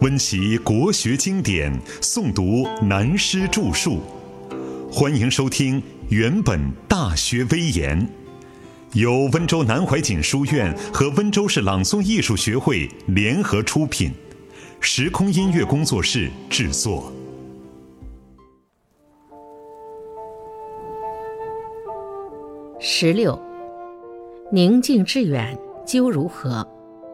温习国学经典，诵读南师著述。欢迎收听原本大学微言，由温州南怀瑾书院和温州市朗诵艺术学会联合出品，时空音乐工作室制作。 16. 宁静致远究如何？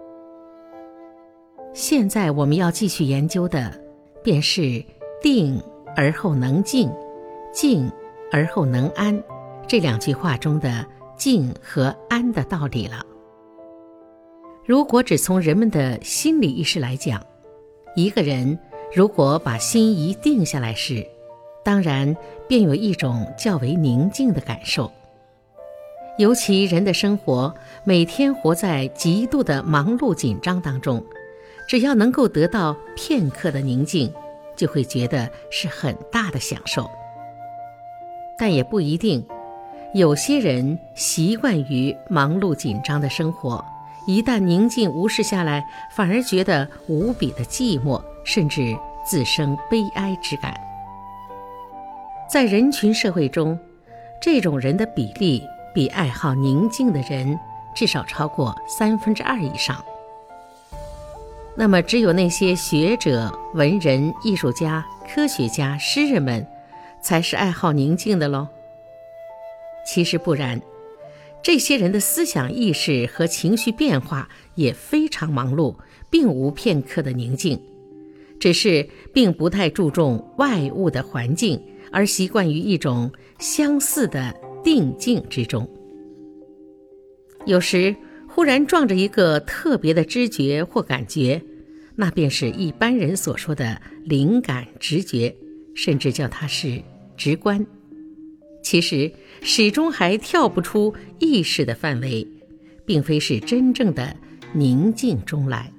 现在我们要继续研究的便是定而后能静，静而后能安这两句话中的静和安的道理了。如果只从人们的心理意识来讲，一个人如果把心一定下来时，当然便有一种较为宁静的感受。尤其人的生活每天活在极度的忙碌紧张当中，只要能够得到片刻的宁静，就会觉得是很大的享受。但也不一定，有些人习惯于忙碌紧张的生活，一旦宁静无事下来，反而觉得无比的寂寞，甚至自生悲哀之感。在人群社会中，这种人的比例比爱好宁静的人至少超过2/3以上。那么只有那些学者、文人、艺术家、科学家、诗人们才是爱好宁静的咯？其实不然，这些人的思想意识和情绪变化也非常忙碌，并无片刻的宁静，只是并不太注重外物的环境，而习惯于一种相似的定静之中。有时忽然撞着一个特别的知觉或感觉，那便是一般人所说的灵感直觉，甚至叫它是直观。其实始终还跳不出意识的范围，并非是真正的宁静中来。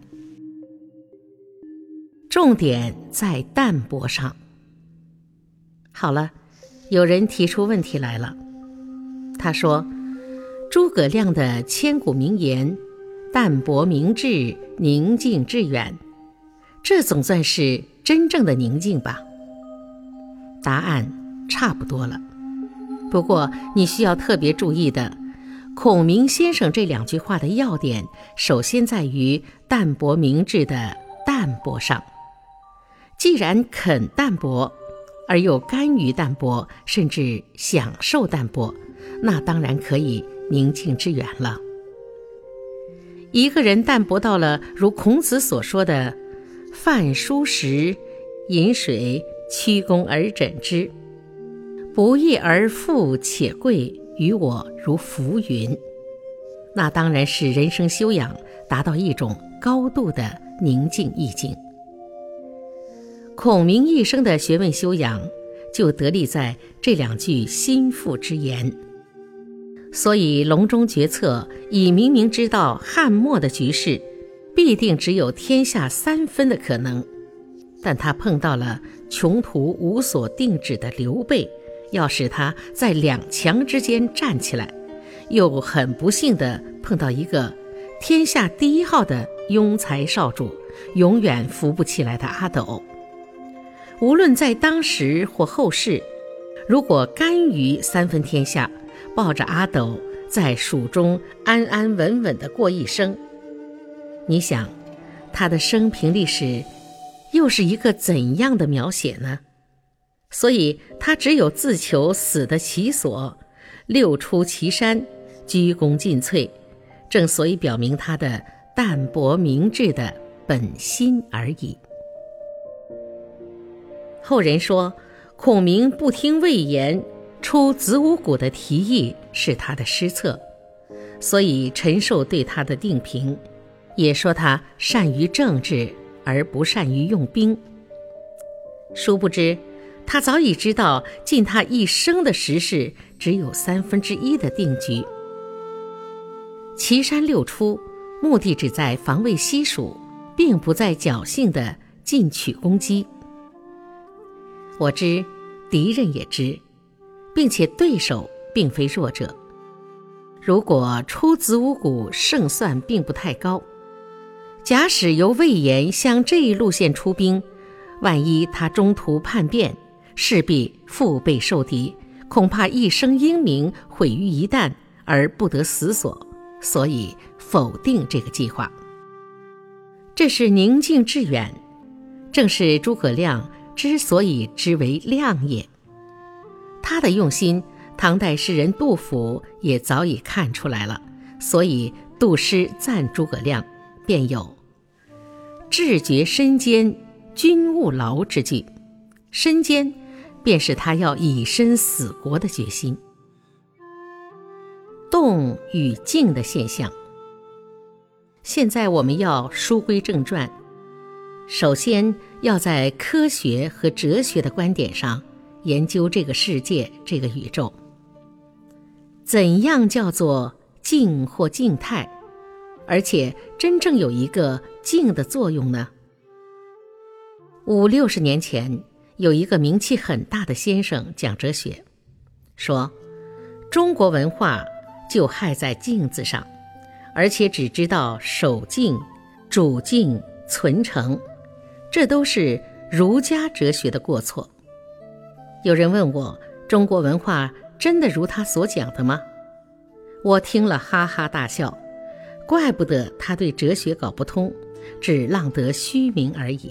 重点在淡泊上。好了，有人提出问题来了，他说诸葛亮的千古名言淡泊明志，宁静致远，这总算是真正的宁静吧？答案差不多了。不过你需要特别注意的，孔明先生这两句话的要点首先在于淡泊明志的淡泊上。既然肯淡泊，而又甘于淡泊，甚至享受淡泊，那当然可以宁静致远了。一个人淡泊到了如孔子所说的饭疏食，饮水，曲肱而枕之，不义而富且贵，于我如浮云，那当然是人生修养达到一种高度的宁静意境。孔明一生的学问修养就得力在这两句心腹之言，所以隆中决策已明明知道汉末的局势必定只有天下3分的可能，但他碰到了穷途无所定止的刘备，要使他在2强之间站起来，又很不幸地碰到一个天下第1号的庸才少主，永远扶不起来的阿斗。无论在当时或后世，如果甘于3分天下，抱着阿斗在蜀中安安稳稳地过一生，你想他的生平历史又是一个怎样的描写呢？所以他只有自求死得其所，六出祁山，鞠躬尽瘁，正所以表明他的淡泊明志的本心而已。后人说孔明不听魏延出子午谷的提议是他的失策，所以陈寿对他的定评也说他善于政治而不善于用兵。殊不知他早已知道尽他一生的时事只有1/3的定局。祁山六出目的只在防卫西蜀，并不在侥幸的进取攻击。我知，敌人也知，并且对手并非弱者。如果出子午谷胜算并不太高， 假使由魏延向这一路线出兵，万一他中途叛变，势必腹背受敌，恐怕一生英名毁于一旦而不得死所，所以否定这个计划。这是宁静致远，正是诸葛亮之所以之为亮也。他的用心，唐代诗人杜甫也早已看出来了，所以杜诗赞诸葛亮，便有志决身坚，君勿劳之句。身坚便是他要以身死国的决心。动与静的现象，现在我们要书归正传，首先要在科学和哲学的观点上研究这个世界，这个宇宙。怎样叫做静或静态，而且真正有一个静的作用呢？50、60年前，有一个名气很大的先生讲哲学，说中国文化就害在静字上，而且只知道守静、主静、存诚，这都是儒家哲学的过错。有人问我，中国文化真的如他所讲的吗？我听了哈哈大笑，怪不得他对哲学搞不通，只浪得虚名而已。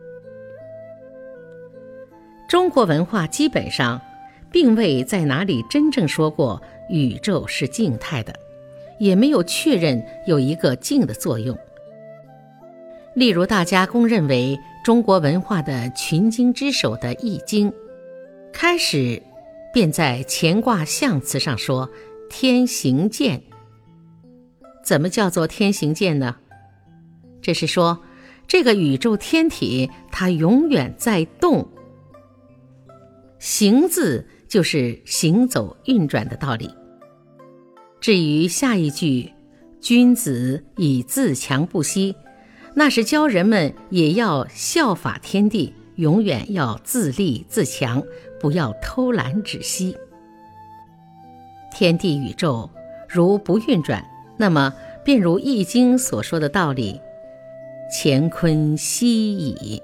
中国文化基本上并未在哪里真正说过宇宙是静态的，也没有确认有一个静的作用。例如大家公认为中国文化的群经之首的《易经》，开始便在乾卦象辞上说天行健。怎么叫做天行健呢？这是说这个宇宙天体它永远在动，行字就是行走运转的道理。至于下一句君子以自强不息，那是教人们也要效法天地，永远要自立自强，不要偷懒止息。天地宇宙如不运转，那么便如易经所说的道理，乾坤息矣。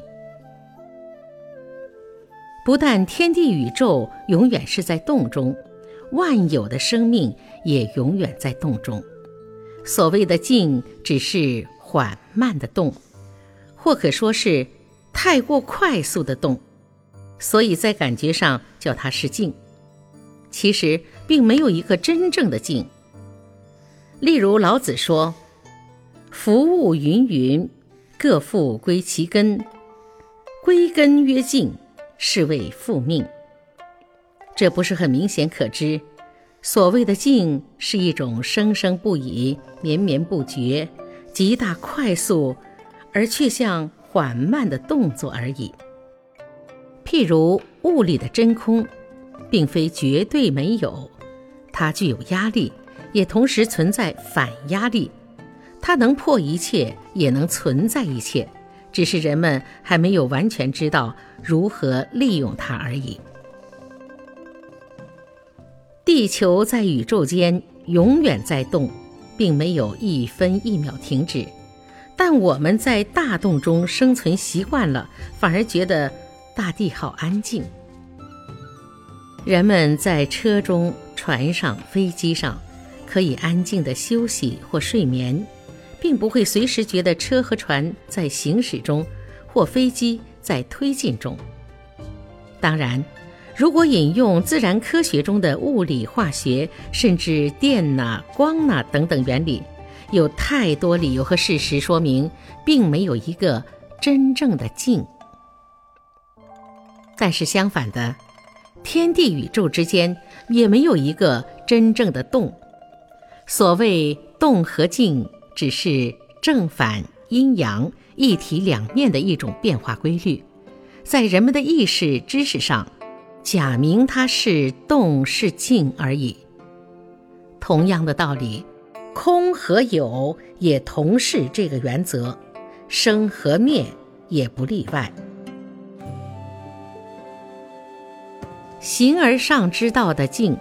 不但天地宇宙永远是在动中，万有的生命也永远在动中。所谓的静，只是缓慢的动，或可说是太过快速的动，所以在感觉上叫它是静。其实并没有一个真正的静。例如老子说夫物芸芸，各复归其根，归根曰静，是谓复命。这不是很明显可知，所谓的静是一种生生不已、绵绵不绝、极大快速而却像缓慢的动作而已。譬如物理的真空并非绝对没有，它具有压力，也同时存在反压力，它能破一切，也能存在一切，只是人们还没有完全知道如何利用它而已。地球在宇宙间永远在动，并没有一分一秒停止，但我们在大动中生存习惯了，反而觉得大地好安静。人们在车中、船上、飞机上可以安静地休息或睡眠，并不会随时觉得车和船在行驶中，或飞机在推进中。当然，如果引用自然科学中的物理化学，甚至电光等等原理，有太多理由和事实说明并没有一个真正的静。但是相反的，天地宇宙之间也没有一个真正的动。所谓动和静，只是正反阴阳一体两面的一种变化规律，在人们的意识知识上假名它是动是静而已。同样的道理，空和有也同是这个原则，生和灭也不例外。形而上之道的静，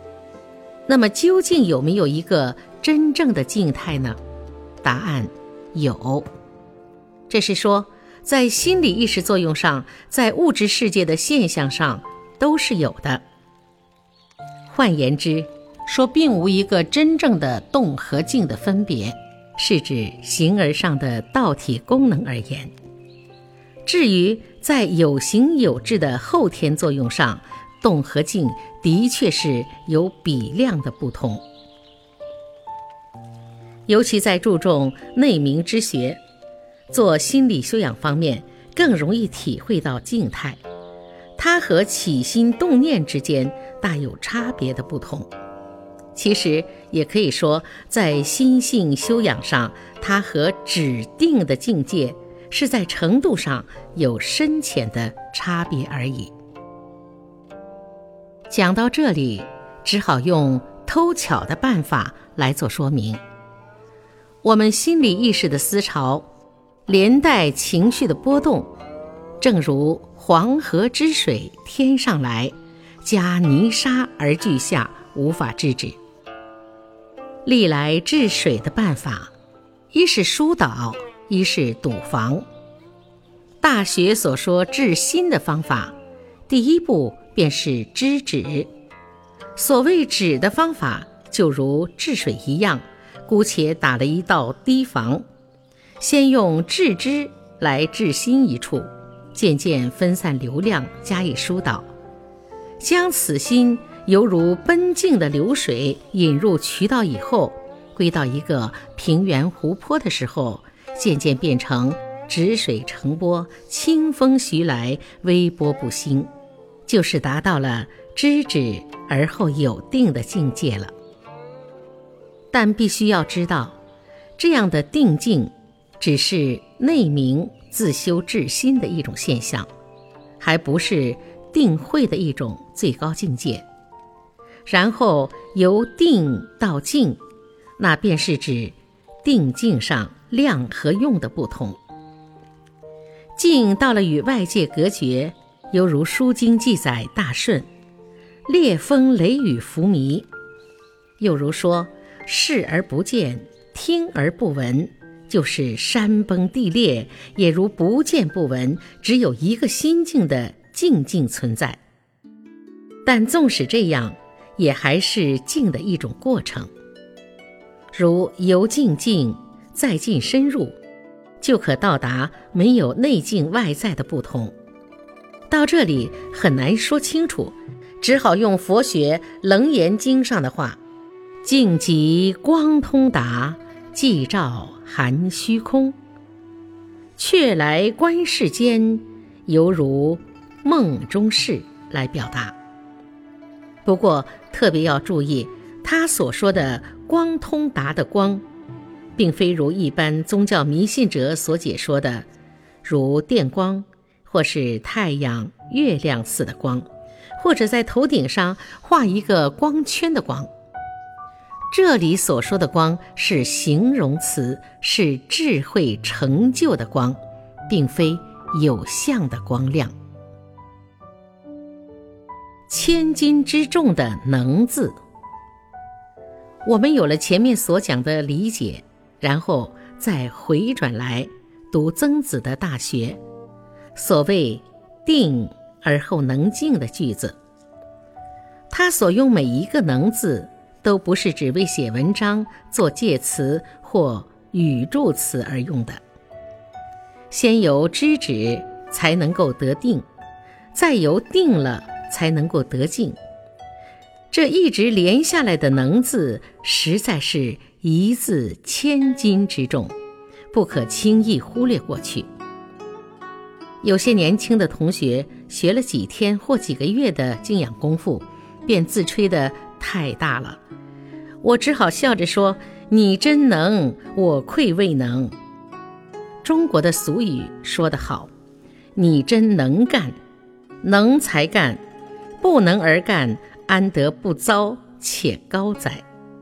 那么究竟有没有一个真正的静态呢？答案有。这是说，在心理意识作用上，在物质世界的现象上都是有的。换言之，说并无一个真正的动和静的分别，是指形而上的道体功能而言。至于在有形有质的后天作用上，动和静的确是有比量的不同。尤其在注重内明之学，做心理修养方面，更容易体会到静态，它和起心动念之间大有差别的不同。其实也可以说，在心性修养上，它和指定的境界是在程度上有深浅的差别而已。讲到这里，只好用偷巧的办法来做说明。我们心理意识的思潮，连带情绪的波动，正如黄河之水天上来，加泥沙而俱下，无法制止。历来治水的办法，一是疏导，一是堵防。大学所说治心的方法，第一步便是知止。所谓止的方法，就如治水一样，姑且打了一道堤防，先用治之来治心一处，渐渐分散流量，加以疏导，将此心犹如奔径的流水引入渠道以后，归到一个平原湖泊的时候，渐渐变成止水成波，清风徐来，微波不兴，就是达到了知止而后有定的境界了。但必须要知道，这样的定境只是内明自修治心的一种现象，还不是定慧的一种最高境界。然后由定到静，那便是指定境上量和用的不同。静到了与外界隔绝，犹如书经记载大顺，烈风雷雨伏靡；又如说视而不见，听而不闻，就是山崩地裂，也如不见不闻，只有一个心境的静静存在。但纵使这样，也还是静的一种过程。如由静静再进深入，就可到达没有内境外在的不同。到这里很难说清楚，只好用佛学楞严经上的话：静极光通达，寂照含虚空，却来观世间，犹如梦中事来表达。不过特别要注意，他所说的光通达的光，并非如一般宗教迷信者所解说的，如电光或是太阳、月亮似的光，或者在头顶上画一个光圈的光。这里所说的光是形容词，是智慧成就的光，并非有相的光亮。千斤之重的能字，我们有了前面所讲的理解，然后再回转来读曾子的大学，所谓定而后能静的句子。他所用每一个能字，都不是只为写文章做介词或语助词而用的。先由知止才能够得定，再由定了才能够得静。这一直连下来的能字，实在是一字千斤之重，不可轻易忽略过去。有些年轻的同学学了几天或几个月的静养功夫，便自吹得太大了。我只好笑着说：你真能，我愧未能。中国的俗语说得好，你真能干，能才干，不能而干，安得不遭且高哉。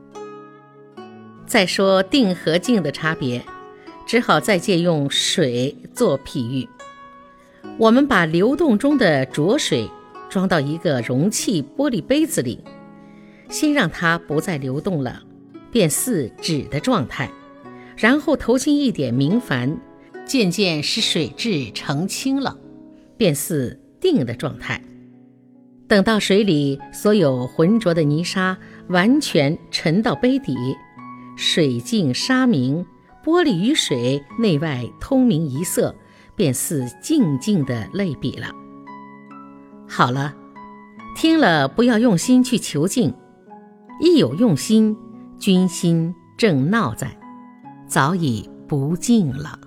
再说定和静的差别，只好再借用水做譬喻。我们把流动中的浊水装到一个容器玻璃杯子里，先让它不再流动了，便似止的状态， 然后投进一点明矾，渐渐使水质澄清了，便似定的状态。等到水里所有浑浊的泥沙完全沉到杯底，水净沙明，玻璃与水内外通明一色，便似静静的类比了。好了，听了不要用心去求静，一有用心，君心正闹在，早已不静了。